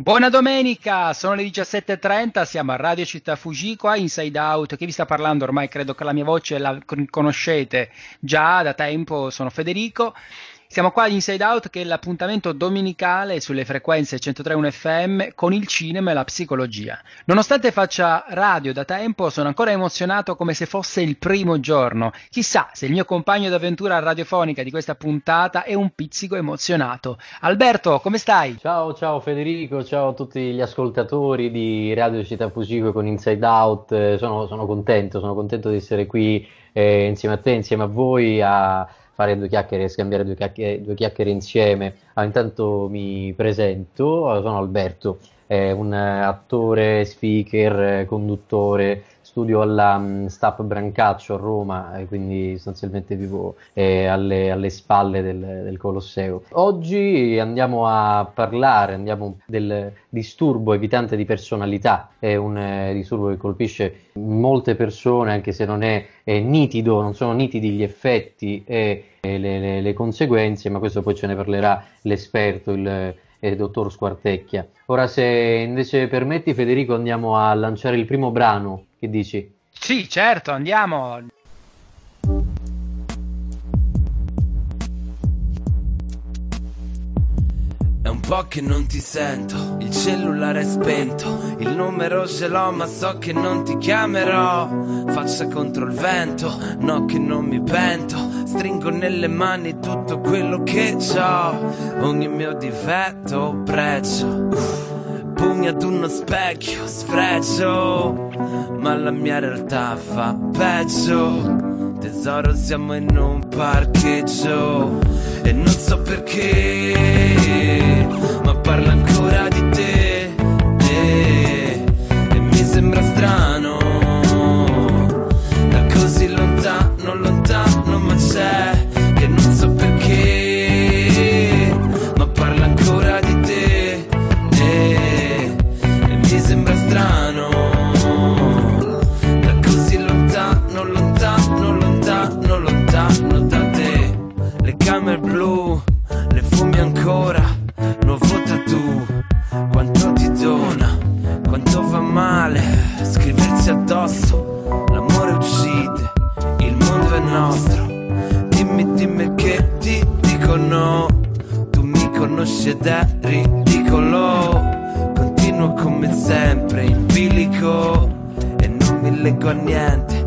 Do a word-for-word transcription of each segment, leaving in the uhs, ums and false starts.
Buona domenica, sono le diciassette e trenta, siamo a Radio Città Fujiko a Inside Out. Chi vi sta parlando ormai credo che la mia voce la conoscete già da tempo, sono Federico. Siamo qua ad Inside Out, che è l'appuntamento domenicale sulle frequenze centotré virgola uno F M con il cinema e la psicologia. Nonostante faccia radio da tempo, sono ancora emozionato come se fosse il primo giorno. Chissà se il mio compagno d'avventura radiofonica di questa puntata è un pizzico emozionato. Alberto, come stai? Ciao, ciao Federico, ciao a tutti gli ascoltatori di Radio Città Fujiko con Inside Out. Sono, sono contento, sono contento di essere qui eh, insieme a te, insieme a voi a fare due chiacchiere, scambiare due chiacchiere, due chiacchiere insieme. Ah, intanto mi presento, sono Alberto, eh, un attore, speaker, conduttore, studio alla um, Stapp Brancaccio a Roma, e quindi sostanzialmente vivo eh, alle, alle spalle del, del Colosseo. Oggi andiamo a parlare, andiamo del disturbo evitante di personalità. È un eh, disturbo che colpisce molte persone, anche se non è, è nitido, non sono nitidi gli effetti e, e le, le, le conseguenze, ma questo poi ce ne parlerà l'esperto, il il dottor Squartecchia. Ora, se invece permetti, Federico, andiamo a lanciare il primo brano. Che dici? Sì, certo, andiamo. È un po' che non ti sento, il cellulare è spento, il numero ce l'ho ma so che non ti chiamerò. Faccia contro il vento, no che non mi pento, stringo nelle mani tutto quello che c'ho, ogni mio difetto pregio, pugni ad uno specchio sfregio, ma la mia realtà fa peggio. Tesoro, siamo in un parcheggio e non so perché, ma parla ancora di te, eh, e mi sembra strano, da così lontano, lontano, ma c'è che non so perché, ma parla ancora di te, eh, e mi sembra strano, da così lontano, lontano, lontano, lontano da te. Le camere blu, le fumi ancora, nuovo tattoo, quanto ti dona, quanto fa male scriversi addosso, l'amore uccide, il mondo è nostro, dimmi, dimmi che ti dico no, tu mi conosci ed è ridicolo, continuo come sempre in bilico e non mi leggo a niente,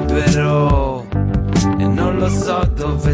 libero e non lo so dove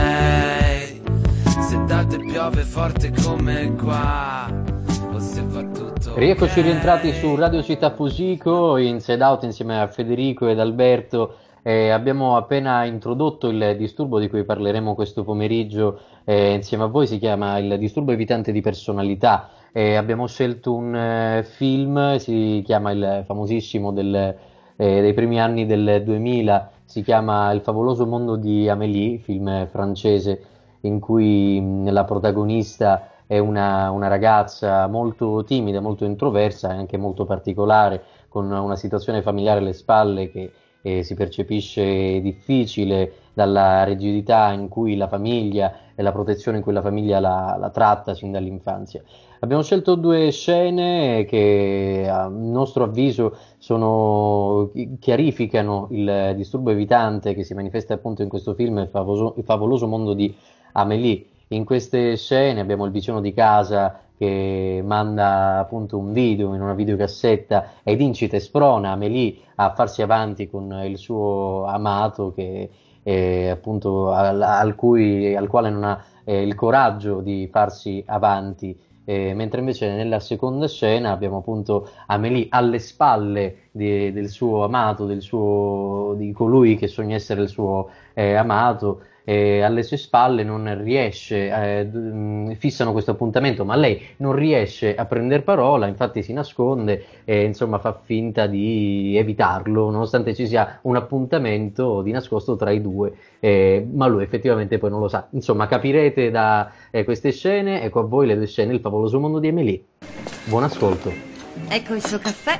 sei, se da te piove forte come qua o se va tutto okay. Rieccoci rientrati su Radio Città Fujiko, Inside Out insieme a Federico ed Alberto. Eh, abbiamo appena introdotto il disturbo di cui parleremo questo pomeriggio eh, insieme a voi, si chiama il disturbo evitante di personalità. Eh, abbiamo scelto un eh, film, si chiama il famosissimo del, eh, dei primi anni del duemila, si chiama Il favoloso mondo di Amélie, film francese in cui mh, la protagonista è una, una ragazza molto timida, molto introversa e anche molto particolare, con una situazione familiare alle spalle che eh, si percepisce difficile dalla rigidità in cui la famiglia e la protezione in cui la famiglia la, la tratta sin dall'infanzia. Abbiamo scelto due scene che a nostro avviso sono, chiarificano il disturbo evitante che si manifesta appunto in questo film, il favoloso, il favoloso mondo di Amélie. In queste scene abbiamo il vicino di casa che manda appunto un video in una videocassetta ed incita e sprona Amélie a farsi avanti con il suo amato che eh, appunto al, al, cui, al quale non ha eh, il coraggio di farsi avanti. Eh, mentre invece nella seconda scena abbiamo appunto Amélie alle spalle di, del suo amato, del suo, di colui che sogna essere il suo eh, amato, eh, alle sue spalle non riesce, eh, fissano questo appuntamento, ma lei non riesce a prendere parola, infatti si nasconde e insomma fa finta di evitarlo, nonostante ci sia un appuntamento di nascosto tra i due, eh, ma lui effettivamente poi non lo sa. Insomma, capirete da eh, queste scene. Ecco a voi le due scene, Il favoloso mondo di Amélie. Buon ascolto. Ecco il suo caffè.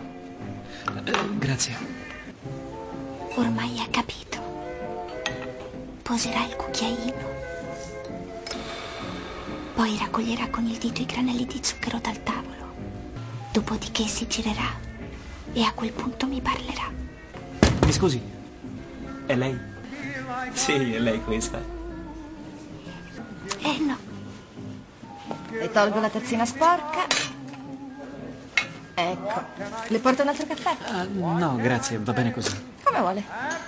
Eh, grazie. Ormai ha capito. Poserà il cucchiaino, poi raccoglierà con il dito i granelli di zucchero dal tavolo Dopodiché si girerà e a quel punto mi parlerà. Mi scusi, è lei? Sì, è lei questa. Eh no. Le tolgo la tazzina sporca. Ecco. Le porto un altro caffè? Uh, no, grazie, va bene così. Come vuole.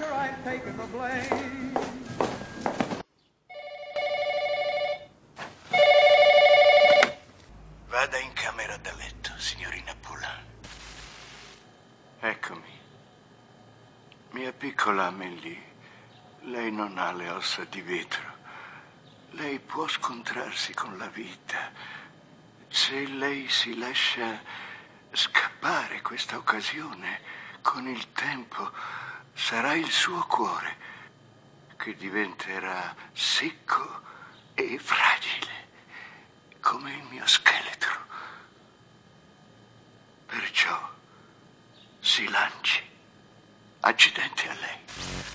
Vada in camera da letto, signorina Poulain. Eccomi. Mia piccola Amélie, lei non ha le ossa di vetro. Lei può scontrarsi con la vita. Se lei si lascia scappare questa occasione, con il tempo sarà il suo cuore che diventerà secco e fragile, come il mio scheletro. Perciò si lanci. Accidenti a lei.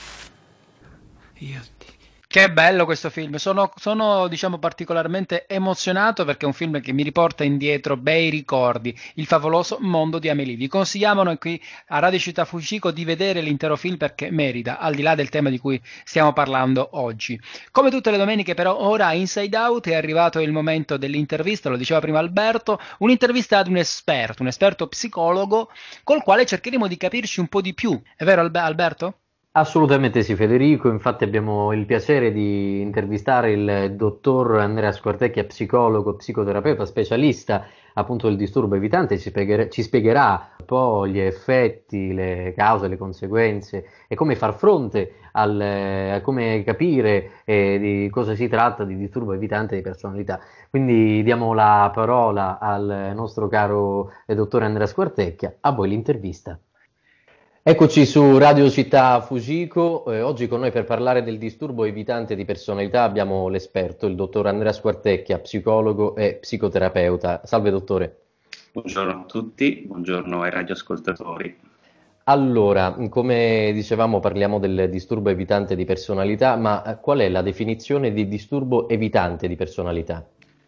Io ti... Che bello questo film, sono, sono diciamo particolarmente emozionato perché è un film che mi riporta indietro bei ricordi, il favoloso mondo di Amélie. Vi consigliamo noi qui a Radio Città Fujiko di vedere l'intero film perché merita, al di là del tema di cui stiamo parlando oggi. Come tutte le domeniche però ora a Inside Out è arrivato il momento dell'intervista, lo diceva prima Alberto, un'intervista ad un esperto, un esperto psicologo col quale cercheremo di capirci un po' di più, è vero Albe- Alberto? Assolutamente sì, Federico. Infatti abbiamo il piacere di intervistare il dottor Andrea Squartecchia, psicologo, psicoterapeuta, specialista appunto del disturbo evitante. Ci spiegherà, ci spiegherà un po' gli effetti, le cause, le conseguenze e come far fronte al, a come capire eh, di cosa si tratta di disturbo evitante di personalità. Quindi diamo la parola al nostro caro eh, dottore Andrea Squartecchia. A voi l'intervista. Eccoci su Radio Città Fujiko, eh, oggi con noi per parlare del disturbo evitante di personalità abbiamo l'esperto, il dottor Andrea Squartecchia, psicologo e psicoterapeuta. Salve dottore. Buongiorno a tutti, buongiorno ai radioascoltatori. Allora, come dicevamo parliamo del disturbo evitante di personalità, ma qual è la definizione di disturbo evitante di personalità?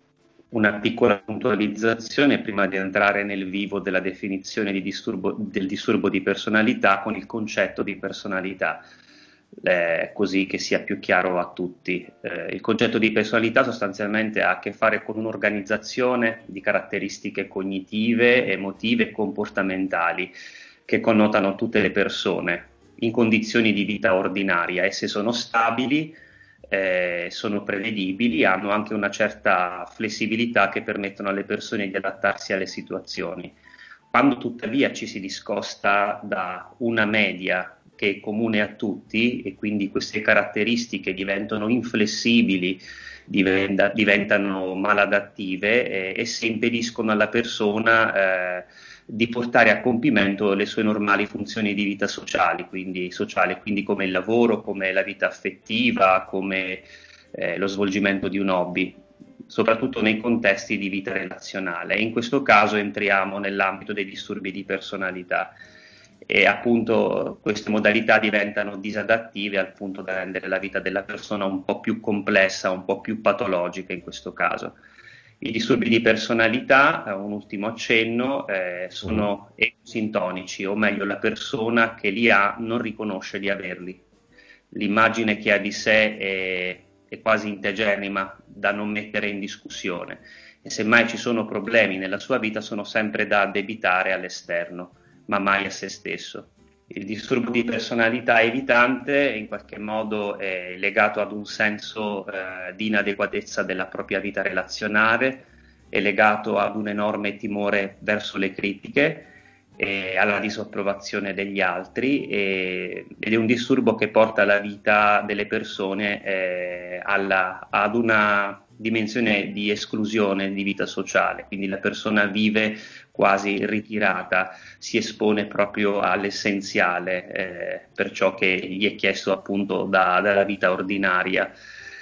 Una piccola puntualizzazione prima di entrare nel vivo della definizione di disturbo, del disturbo di personalità con il concetto di personalità, eh, così che sia più chiaro a tutti. Eh, il concetto di personalità sostanzialmente ha a che fare con un'organizzazione di caratteristiche cognitive, emotive e comportamentali che connotano tutte le persone in condizioni di vita ordinaria. Esse sono stabili, Eh, sono prevedibili, hanno anche una certa flessibilità che permettono alle persone di adattarsi alle situazioni. Quando tuttavia ci si discosta da una media che è comune a tutti e quindi queste caratteristiche diventano inflessibili, diventa, diventano maladattive eh, e si impediscono alla persona eh, di portare a compimento le sue normali funzioni di vita sociali, quindi, sociale, quindi come il lavoro, come la vita affettiva, come eh, lo svolgimento di un hobby, soprattutto nei contesti di vita relazionale. E in questo caso entriamo nell'ambito dei disturbi di personalità e appunto queste modalità diventano disadattive al punto da rendere la vita della persona un po' più complessa, un po' più patologica in questo caso. I disturbi di personalità, eh, un ultimo accenno, eh, sono sintonici, o meglio la persona che li ha non riconosce di averli. L'immagine che ha di sé è, è quasi integerrima da non mettere in discussione e semmai ci sono problemi nella sua vita sono sempre da addebitare all'esterno, ma mai a se stesso. Il disturbo di personalità evitante in qualche modo è legato ad un senso eh, di inadeguatezza della propria vita relazionale, è legato ad un enorme timore verso le critiche, e alla disapprovazione degli altri e, ed è un disturbo che porta la vita delle persone eh, alla, ad una dimensione di esclusione di vita sociale, quindi la persona vive quasi ritirata, si espone proprio all'essenziale eh, per ciò che gli è chiesto appunto da, dalla vita ordinaria.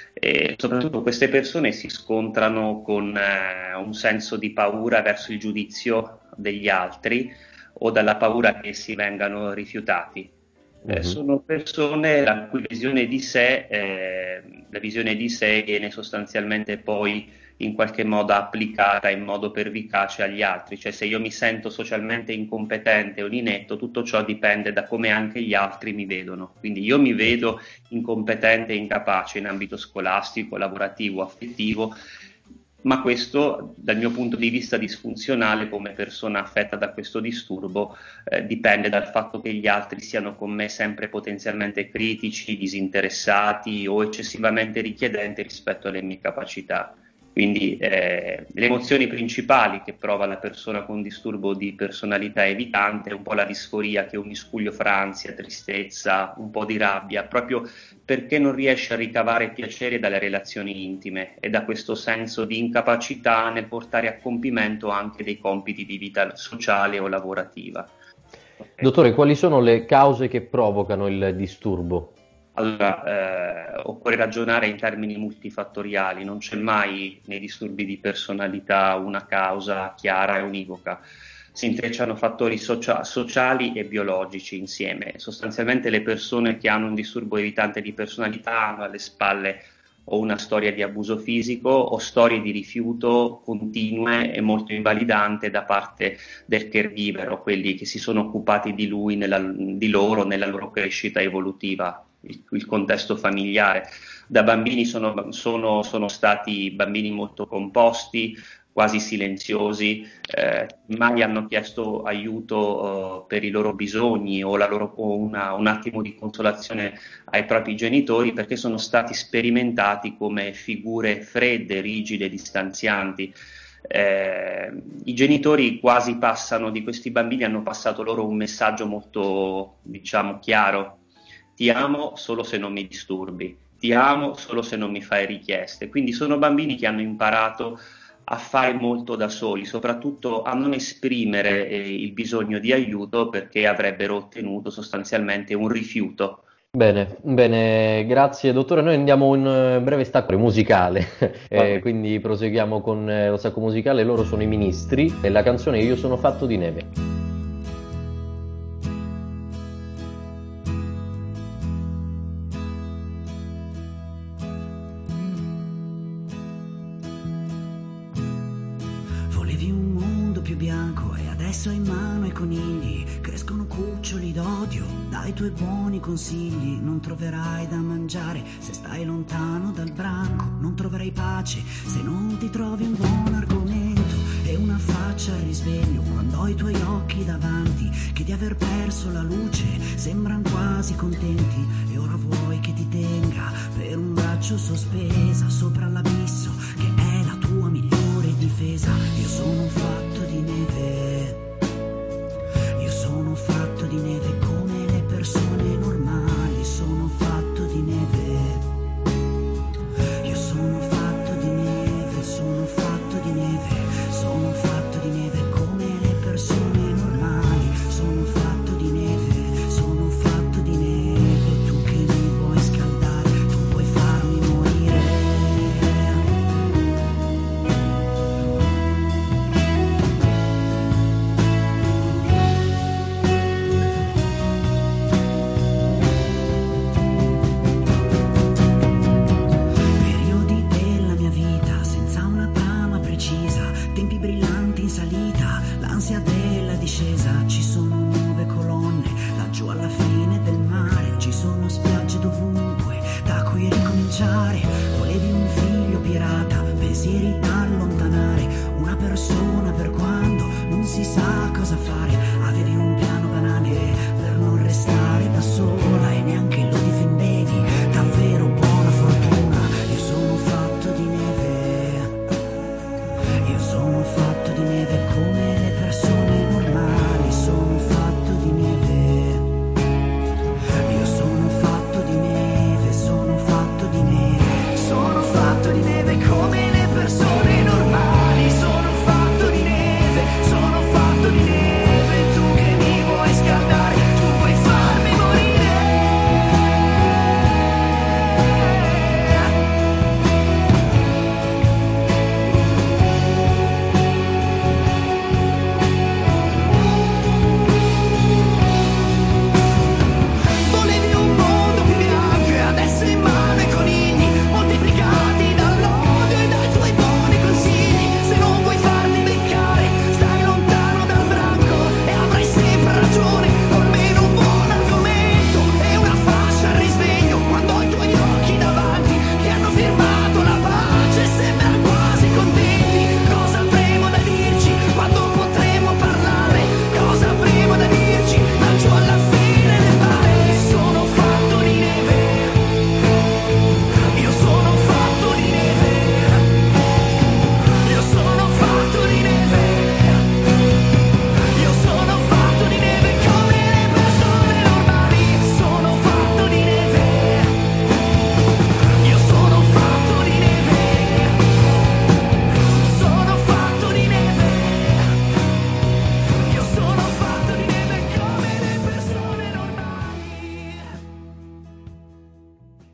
E soprattutto queste persone si scontrano con eh, un senso di paura verso il giudizio degli altri o dalla paura che essi vengano rifiutati. Eh, sono persone la cui visione di sé, eh, la visione di sé viene sostanzialmente poi in qualche modo applicata in modo pervicace agli altri, cioè se io mi sento socialmente incompetente o inetto, tutto ciò dipende da come anche gli altri mi vedono, quindi io mi vedo incompetente e incapace in ambito scolastico, lavorativo, affettivo, ma questo dal mio punto di vista disfunzionale come persona affetta da questo disturbo eh, dipende dal fatto che gli altri siano con me sempre potenzialmente critici, disinteressati o eccessivamente richiedenti rispetto alle mie capacità. Quindi eh, le emozioni principali che prova la persona con disturbo di personalità evitante è un po' la disforia, che è un miscuglio fra ansia, tristezza, un po' di rabbia, proprio perché non riesce a ricavare piacere dalle relazioni intime e da questo senso di incapacità nel portare a compimento anche dei compiti di vita sociale o lavorativa. Dottore, quali sono le cause che provocano il disturbo? Allora, eh, occorre ragionare in termini multifattoriali, non c'è mai nei disturbi di personalità una causa chiara e univoca, si intrecciano fattori socia- sociali e biologici insieme. Sostanzialmente le persone che hanno un disturbo evitante di personalità hanno alle spalle o una storia di abuso fisico o storie di rifiuto continue e molto invalidante da parte del caregiver o quelli che si sono occupati di lui, nella, di loro nella loro crescita evolutiva. Il, il contesto familiare. Da bambini sono, sono, sono stati bambini molto composti, quasi silenziosi, eh, mai hanno chiesto aiuto uh, per i loro bisogni o, la loro, o una, un attimo di consolazione ai propri genitori, perché sono stati sperimentati come figure fredde, rigide, distanzianti. Eh, i genitori quasi passano, di questi bambini hanno passato loro un messaggio molto, diciamo, chiaro: ti amo solo se non mi disturbi, ti amo solo se non mi fai richieste. Quindi sono bambini che hanno imparato a fare molto da soli, soprattutto a non esprimere eh, il bisogno di aiuto, perché avrebbero ottenuto sostanzialmente un rifiuto. Bene, bene, grazie dottore. Noi andiamo in uh, breve stacco musicale, eh, quindi proseguiamo con eh, lo stacco musicale. Loro sono i Ministri e la canzone Io sono fatto di neve. Adesso hai in mano i conigli, crescono cuccioli d'odio, dai tuoi buoni consigli non troverai da mangiare se stai lontano dal branco, non troverai pace se non ti trovi un buon argomento e una faccia al risveglio quando ho i tuoi occhi davanti che di aver perso la luce sembran quasi contenti e ora vuoi che ti tenga per un braccio sospesa sopra l'abisso che è la tua migliore difesa. Io sono fatto di neve, io sono fatto di neve come le persone normali, sono fatto di neve, io sono fatto di neve, sono fatto di neve, sono fatto di neve come le persone normali, sono fatto di neve, sono fatto di neve, tu che mi vuoi scaldare, tu puoi farmi morire.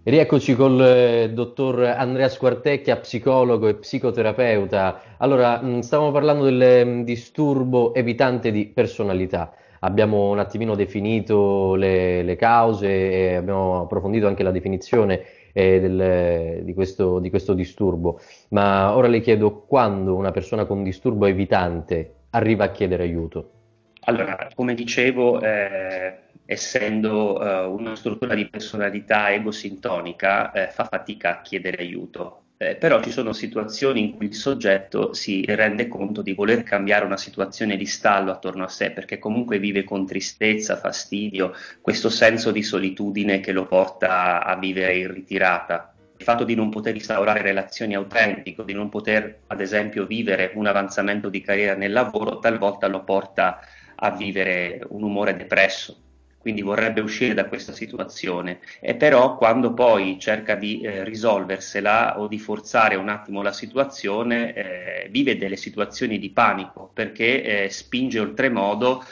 Rieccoci col eh, dottor Andrea Squartecchia, psicologo e psicoterapeuta. Allora, mh, stavamo parlando del mh, disturbo evitante di personalità. Abbiamo un attimino definito le, le cause e abbiamo approfondito anche la definizione eh, del- di questo, di questo disturbo. Ma ora le chiedo quando una persona con disturbo evitante arriva a chiedere aiuto. Allora, come dicevo, eh, essendo eh, una struttura di personalità egosintonica, eh, fa fatica a chiedere aiuto. Eh, però ci sono situazioni in cui il soggetto si rende conto di voler cambiare una situazione di stallo attorno a sé, perché comunque vive con tristezza, fastidio, questo senso di solitudine che lo porta a vivere in ritirata. Il fatto di non poter instaurare relazioni autentiche, di non poter, ad esempio, vivere un avanzamento di carriera nel lavoro, talvolta lo porta a vivere un umore depresso, quindi vorrebbe uscire da questa situazione, e però quando poi cerca di eh, risolversela o di forzare un attimo la situazione, eh, vive delle situazioni di panico perché eh, spinge oltremodo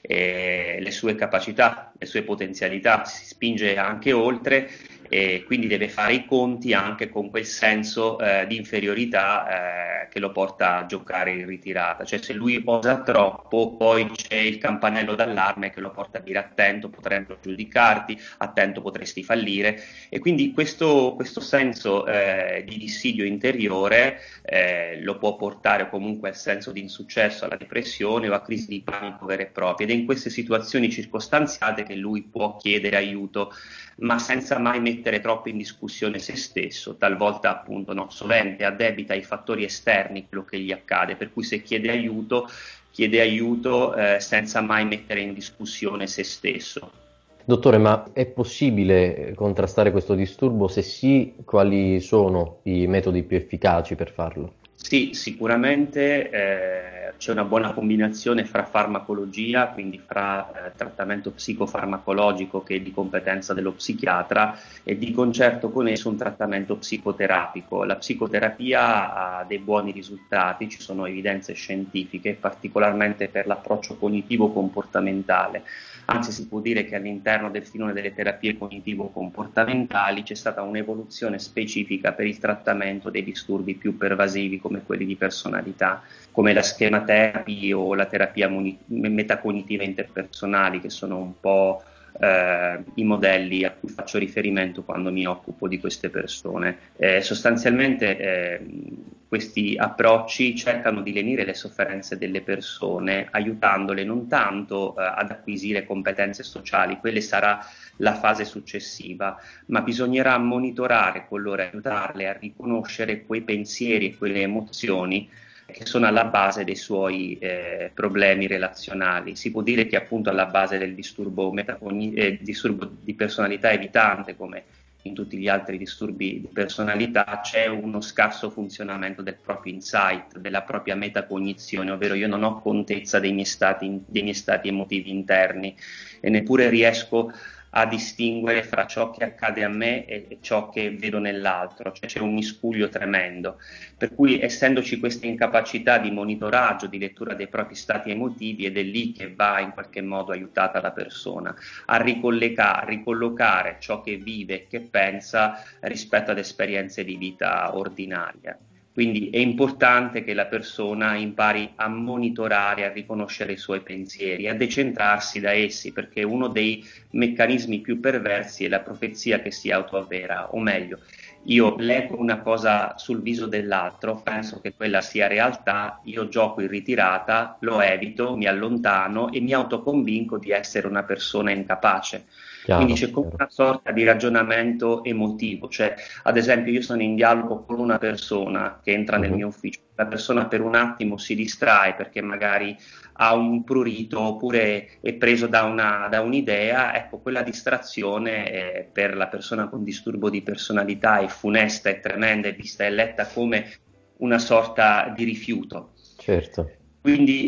eh, le sue capacità, le sue potenzialità, si spinge anche oltre e quindi deve fare i conti anche con quel senso eh, di inferiorità eh, che lo porta a giocare in ritirata. Cioè, se lui osa troppo, poi c'è il campanello d'allarme che lo porta a dire attento, potrebbero giudicarti, attento, potresti fallire, e quindi questo, questo senso eh, di dissidio interiore eh, lo può portare comunque al senso di insuccesso, alla depressione o a crisi di panico vere e proprie, ed è in queste situazioni circostanziate che lui può chiedere aiuto, ma senza mai mettere troppo in discussione se stesso. Talvolta, appunto, no, sovente addebita ai fattori esterni quello che gli accade, per cui se chiede aiuto, chiede aiuto eh, senza mai mettere in discussione se stesso. Dottore, ma è possibile contrastare questo disturbo? Se sì, quali sono i metodi più efficaci per farlo? Sì, sicuramente eh, c'è una buona combinazione fra farmacologia, quindi fra eh, trattamento psicofarmacologico, che è di competenza dello psichiatra, e di concerto con esso un trattamento psicoterapico. La psicoterapia ha dei buoni risultati, ci sono evidenze scientifiche, particolarmente per l'approccio cognitivo-comportamentale. Anzi, si può dire che all'interno del filone delle terapie cognitivo-comportamentali c'è stata un'evoluzione specifica per il trattamento dei disturbi più pervasivi come quelli di personalità, come la schematerapia o la terapia moni- metacognitiva interpersonali, che sono un po' eh, i modelli a cui faccio riferimento quando mi occupo di queste persone. Eh, sostanzialmente eh, questi approcci cercano di lenire le sofferenze delle persone, aiutandole non tanto eh, ad acquisire competenze sociali, quelle sarà la fase successiva, ma bisognerà monitorare con loro, aiutarle a riconoscere quei pensieri e quelle emozioni che sono alla base dei suoi eh, problemi relazionali. Si può dire che appunto alla base del disturbo, metacogni- eh, disturbo di personalità evitante, come in tutti gli altri disturbi di personalità, c'è uno scarso funzionamento del proprio insight, della propria metacognizione, ovvero io non ho contezza dei miei stati, dei miei stati emotivi interni e neppure riesco a distinguere fra ciò che accade a me e ciò che vedo nell'altro, cioè c'è un miscuglio tremendo, per cui essendoci questa incapacità di monitoraggio, di lettura dei propri stati emotivi, ed è lì che va in qualche modo aiutata la persona a ricollega- ricollocare ciò che vive e che pensa rispetto ad esperienze di vita ordinaria. Quindi è importante che la persona impari a monitorare, a riconoscere i suoi pensieri, a decentrarsi da essi, perché uno dei meccanismi più perversi è la profezia che si autoavvera, o meglio, io leggo una cosa sul viso dell'altro, penso che quella sia realtà, io gioco in ritirata, lo evito, mi allontano e mi autoconvinco di essere una persona incapace. Chiaro, Quindi c'è come chiaro. una sorta di ragionamento emotivo, cioè ad esempio io sono in dialogo con una persona che entra nel Mhm. mio ufficio, la persona per un attimo si distrae perché magari ha un prurito oppure è preso da, una, da un'idea, ecco, quella distrazione eh, per la persona con disturbo di personalità è funesta, è tremenda, è vista e letta come una sorta di rifiuto. Certo. Quindi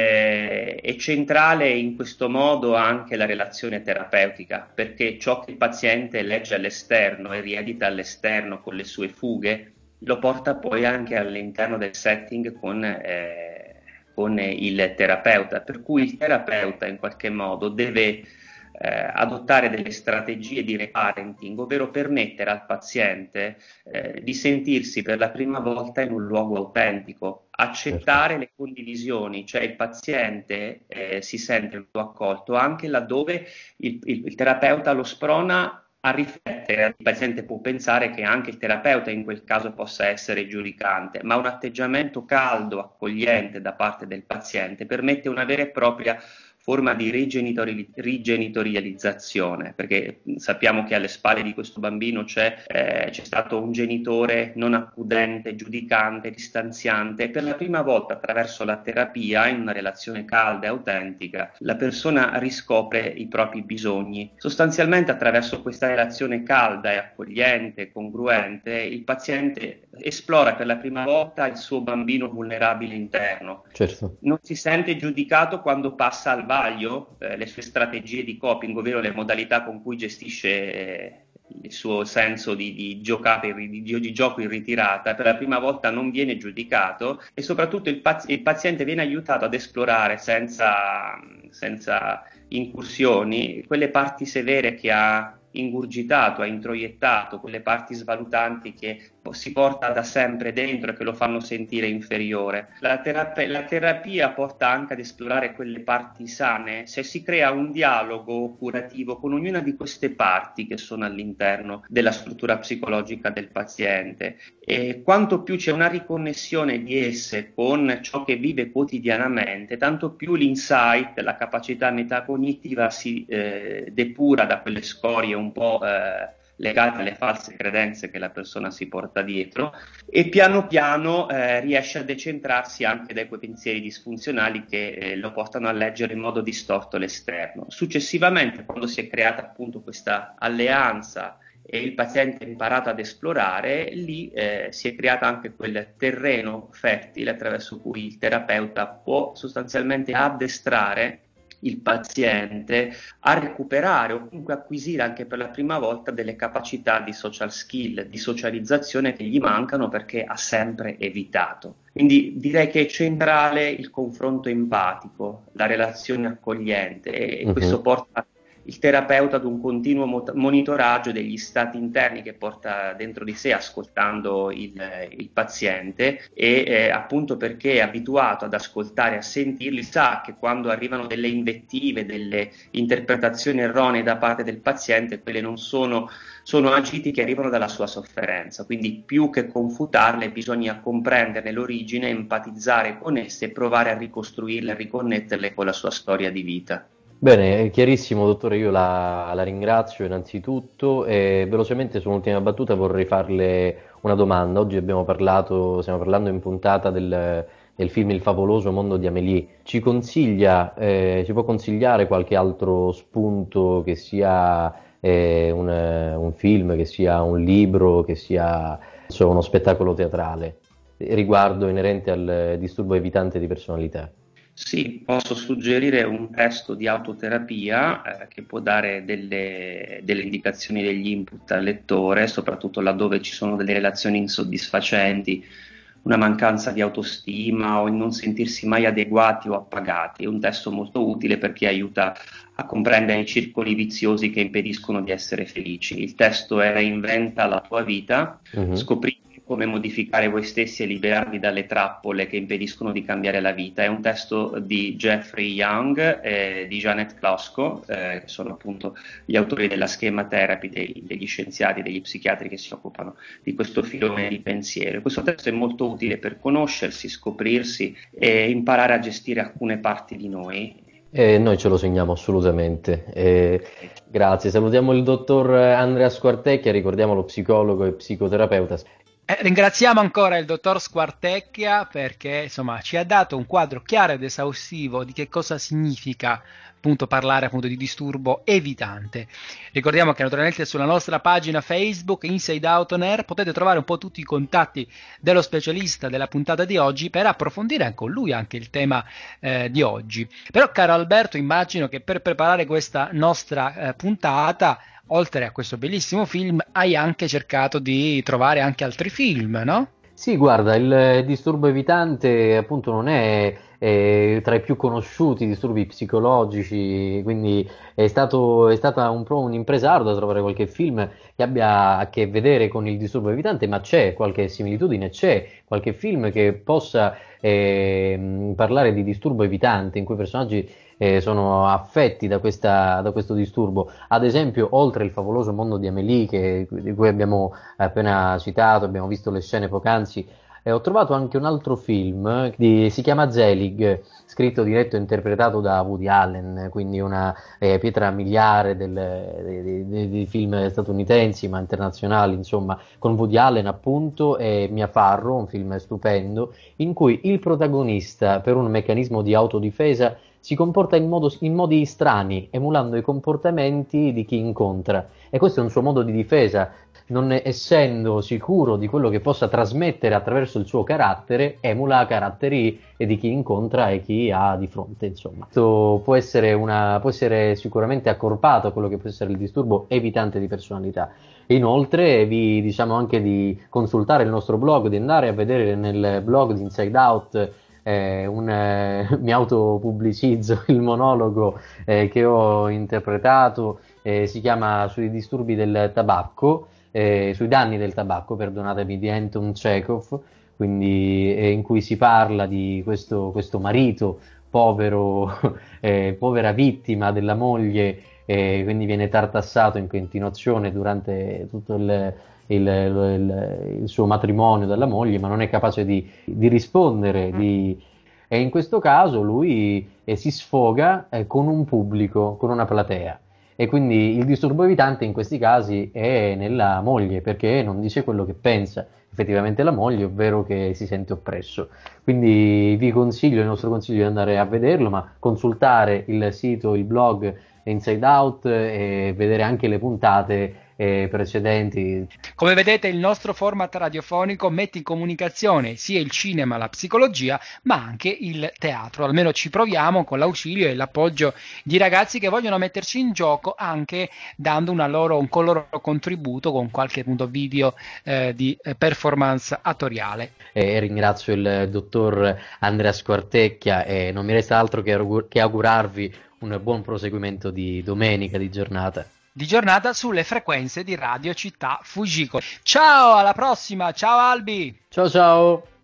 eh, è centrale in questo modo anche la relazione terapeutica, perché ciò che il paziente legge all'esterno e riedita all'esterno con le sue fughe, lo porta poi anche all'interno del setting con, eh, con il terapeuta, per cui il terapeuta in qualche modo deve eh, adottare delle strategie di reparenting, ovvero permettere al paziente eh, di sentirsi per la prima volta in un luogo autentico, accettare certo. le condivisioni, cioè il paziente eh, si sente più accolto anche laddove il, il, il terapeuta lo sprona a riflettere. Il paziente può pensare che anche il terapeuta in quel caso possa essere giudicante, ma un atteggiamento caldo, accogliente da parte del paziente permette una vera e propria forma di rigenitori- rigenitorializzazione, perché sappiamo che alle spalle di questo bambino c'è, eh, c'è stato un genitore non accudente, giudicante, distanziante, e per la prima volta attraverso la terapia, in una relazione calda e autentica, la persona riscopre i propri bisogni. Sostanzialmente attraverso questa relazione calda e accogliente, congruente, il paziente esplora per la prima volta il suo bambino vulnerabile interno. Certo. Non si sente giudicato quando passa al vaglio eh, le sue strategie di coping, ovvero le modalità con cui gestisce eh, il suo senso di, di, giocate, di, di gioco in ritirata. Per la prima volta non viene giudicato e soprattutto il, paz- il paziente viene aiutato ad esplorare senza, senza incursioni quelle parti severe che ha ingurgitato, ha introiettato, quelle parti svalutanti che si porta da sempre dentro e che lo fanno sentire inferiore. La terapia, la terapia porta anche ad esplorare quelle parti sane se si crea un dialogo curativo con ognuna di queste parti che sono all'interno della struttura psicologica del paziente, e quanto più c'è una riconnessione di esse con ciò che vive quotidianamente, tanto più l'insight, la capacità metacognitiva si eh, depura da quelle scorie un po' eh, legate alle false credenze che la persona si porta dietro, e piano piano eh, riesce a decentrarsi anche da quei pensieri disfunzionali che eh, lo portano a leggere in modo distorto l'esterno. Successivamente, quando si è creata appunto questa alleanza e il paziente ha imparato ad esplorare, lì eh, si è creato anche quel terreno fertile attraverso cui il terapeuta può sostanzialmente addestrare il paziente a recuperare o comunque acquisire anche per la prima volta delle capacità di social skill, di socializzazione che gli mancano perché ha sempre evitato. Quindi direi che è centrale il confronto empatico, la relazione accogliente, e uh-huh. questo porta il terapeuta ad un continuo mo- monitoraggio degli stati interni che porta dentro di sé ascoltando il, il paziente, e eh, appunto perché è abituato ad ascoltare, a sentirli, sa che quando arrivano delle invettive, delle interpretazioni erronee da parte del paziente, quelle non sono, sono agiti che arrivano dalla sua sofferenza. Quindi più che confutarle bisogna comprenderne l'origine, empatizzare con esse e provare a ricostruirle, a riconnetterle con la sua storia di vita. Bene, chiarissimo dottore, io la, la ringrazio innanzitutto, e velocemente su un'ultima battuta vorrei farle una domanda. Oggi abbiamo parlato, stiamo parlando in puntata del, del film Il favoloso mondo di Amélie. Ci consiglia, eh, ci può consigliare qualche altro spunto, che sia eh, un, un film, che sia un libro, che sia insomma, uno spettacolo teatrale riguardo inerente al disturbo evitante di personalità? Sì, posso suggerire un testo di autoterapia eh, che può dare delle, delle indicazioni, degli input al lettore, soprattutto laddove ci sono delle relazioni insoddisfacenti, una mancanza di autostima o il non sentirsi mai adeguati o appagati. È un testo molto utile perché aiuta a comprendere i circoli viziosi che impediscono di essere felici. Il testo è Reinventa la tua vita, uh-huh. Scopri come modificare voi stessi e liberarvi dalle trappole che impediscono di cambiare la vita. È un testo di Jeffrey Young e di Janet Klosko, eh, che sono appunto gli autori della schema therapy, dei, degli scienziati, degli psichiatri che si occupano di questo filone di pensiero. Questo testo è molto utile per conoscersi, scoprirsi e imparare a gestire alcune parti di noi. E noi ce lo segniamo assolutamente. Eh, grazie. Salutiamo il dottor Andrea Squartecchia, ricordiamo lo psicologo e psicoterapeuta. Eh, ringraziamo ancora il dottor Squartecchia perché insomma ci ha dato un quadro chiaro ed esaustivo di che cosa significa appunto parlare appunto di disturbo evitante. Ricordiamo che naturalmente sulla nostra pagina Facebook Inside Out On Air potete trovare un po' tutti i contatti dello specialista della puntata di oggi per approfondire con lui anche il tema eh, di oggi. Però caro Alberto, immagino che per preparare questa nostra eh, puntata, oltre a questo bellissimo film, hai anche cercato di trovare anche altri film, no? Sì, guarda, il disturbo evitante appunto non è eh, tra i più conosciuti disturbi psicologici, quindi è stato, è stata un po' un'impresa ardua trovare qualche film che abbia a che vedere con il disturbo evitante, ma c'è qualche similitudine, c'è qualche film che possa eh, parlare di disturbo evitante, in cui i personaggi eh, sono affetti da, questa, da questo disturbo. Ad esempio, oltre il favoloso mondo di Amélie, che, di cui abbiamo appena citato, abbiamo visto le scene poc'anzi, eh, ho trovato anche un altro film, di, si chiama Zelig, scritto, diretto e interpretato da Woody Allen, quindi una eh, pietra miliare del, dei, dei, dei film statunitensi ma internazionali, insomma, con Woody Allen appunto e Mia Farrow, un film stupendo, in cui il protagonista, per un meccanismo di autodifesa, si comporta in, modo, in modi strani, emulando i comportamenti di chi incontra, e questo è un suo modo di difesa. Non essendo sicuro di quello che possa trasmettere attraverso il suo carattere, emula caratteri di chi incontra e chi ha di fronte, insomma. Questo può essere, una, può essere sicuramente accorpato a quello che può essere il disturbo evitante di personalità. Inoltre vi diciamo anche di consultare il nostro blog, di andare a vedere nel blog di Inside Out, eh, un, eh, mi autopubblicizzo il monologo eh, che ho interpretato, eh, si chiama Sui disturbi del tabacco, Eh, sui danni del tabacco, perdonatemi, di Anton Chekhov, quindi eh, in cui si parla di questo, questo marito povero, eh, povera vittima della moglie, eh, quindi viene tartassato in continuazione durante tutto il, il, il, il suo matrimonio dalla moglie, ma non è capace di, di rispondere, di, e in questo caso lui eh, si sfoga eh, con un pubblico, con una platea. E quindi il disturbo evitante in questi casi è nella moglie, perché non dice quello che pensa effettivamente la moglie, ovvero che si sente oppresso. Quindi vi consiglio, il nostro consiglio è di andare a vederlo, ma consultare il sito, il blog Inside Out e vedere anche le puntate eh, precedenti. Come vedete, il nostro format radiofonico mette in comunicazione sia il cinema, la psicologia, ma anche il teatro. Almeno ci proviamo con l'ausilio e l'appoggio di ragazzi che vogliono metterci in gioco, anche dando una loro, un loro contributo con qualche appunto video eh, di performance attoriale. E ringrazio il dottor Andrea Squartecchia e non mi resta altro che, augur- che augurarvi un buon proseguimento di domenica, di giornata. Di giornata sulle frequenze di Radio Città Fujiko. Ciao, alla prossima, ciao Albi! Ciao ciao!